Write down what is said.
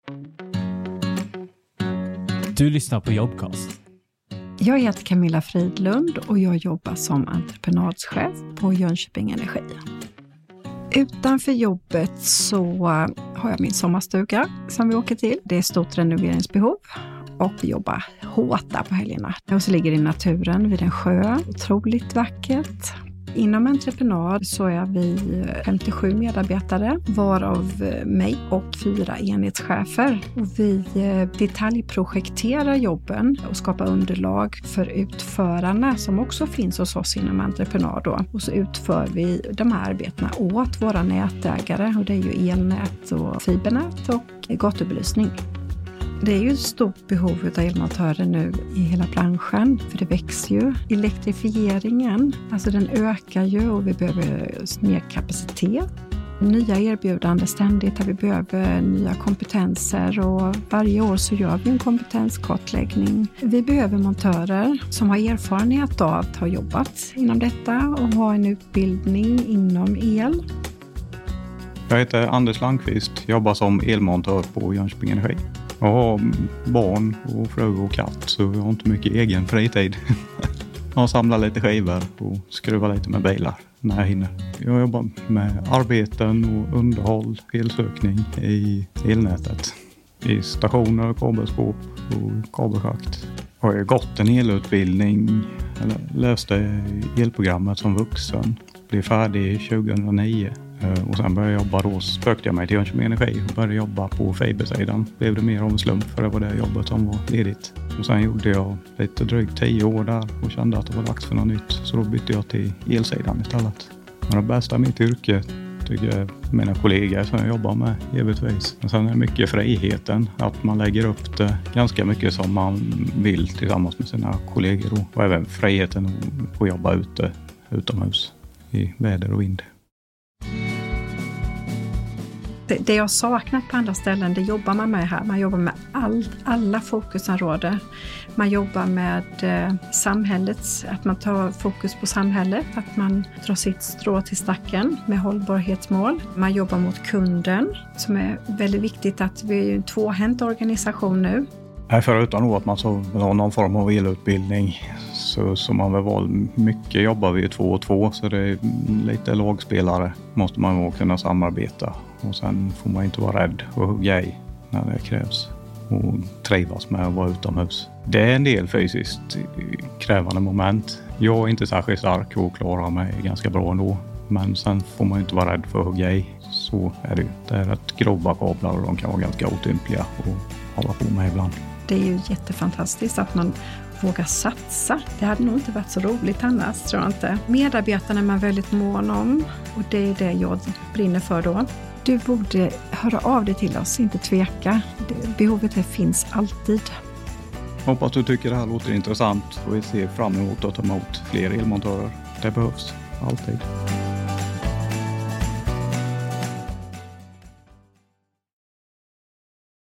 Du lyssnar på Jobcast. Jag heter Camilla Fridlund och jag jobbar som entreprenadschef på Jönköping Energi. Utanför jobbet så har jag min sommarstuga som vi åker till. Det är stort renoveringsbehov och vi jobbar hårt där på helgerna. Och så ligger det i naturen vid en sjö. Otroligt vackert. Inom entreprenad så är vi 57 medarbetare, varav mig och 4 enhetschefer. Och vi detaljprojekterar jobben och skapar underlag för utförarna som också finns hos oss inom entreprenad då. Och så utför vi de här arbetena åt våra nätägare, och det är ju elnät och fibernät och gatubelysning. Det är ju ett stort behov av elmontörer nu i hela branschen, för det växer ju. Elektrifieringen, alltså den ökar ju och vi behöver mer kapacitet. Nya erbjudanden ständigt, där vi behöver nya kompetenser, och varje år så gör vi en kompetenskartläggning. Vi behöver montörer som har erfarenhet av att ha jobbat inom detta och ha en utbildning inom el. Jag heter Anders Landqvist, jobbar som elmontör på Jönköping Energi. Jag har barn och fru och katt, så jag har inte mycket egen fritid. Jag samlar lite skivor och skruvar lite med bilar när jag hinner. Jag jobbar med arbeten och underhåll, elsökning i elnätet. I stationer, kabelskåp och kabelschakt. Jag har gått en elutbildning, eller läste elprogrammet som vuxen. Blev färdig 2009. Och sen började jag jobba då, sökte jag mig till Jönköping Energi och började jobba på fibersidan. Blev det mer av en slump, för det var det jobbet som var ledigt. Och sen gjorde jag lite drygt 10 år där och kände att det var dags för något nytt. Så då bytte jag till elsidan istället. Men det bästa i mitt yrke tycker jag mina kollegor som jag jobbar med givetvis. Och sen är det mycket friheten, att man lägger upp det ganska mycket som man vill tillsammans med sina kollegor. Och även friheten att få jobba utomhus i väder och vind. Det jag saknat på andra ställen, det jobbar man med här. Man jobbar med alla fokusområden. Man jobbar med samhällets, att man tar fokus på samhället. Att man drar sitt strå till stacken med hållbarhetsmål. Man jobbar mot kunden, som är väldigt viktigt, att vi är en tvåhänt organisation nu. Förutom att man så har någon form av elutbildning, så som man väl var mycket jobbar vi 2 och 2, så det är lite lagspelare måste man kunna samarbeta. Och sen får man inte vara rädd och hugga i när det krävs. Och trivas med att vara utomhus. Det är en del fysiskt krävande moment. Jag är inte särskilt stark och klarar mig ganska bra ändå. Men sen får man inte vara rädd för att hugga i. Så är det ju. Det är rätt grova kablar och de kan vara ganska otympliga att hålla på med ibland. Det är ju jättefantastiskt att man vågar satsa. Det hade nog inte varit så roligt annars, tror jag inte. Medarbetarna är man väldigt mån om, och det är det jag brinner för då. Du borde höra av dig till oss, inte tveka. Behovet finns alltid. Hoppas du tycker det här låter intressant och vi ser fram emot att ta emot fler elmontörer. Det behövs alltid.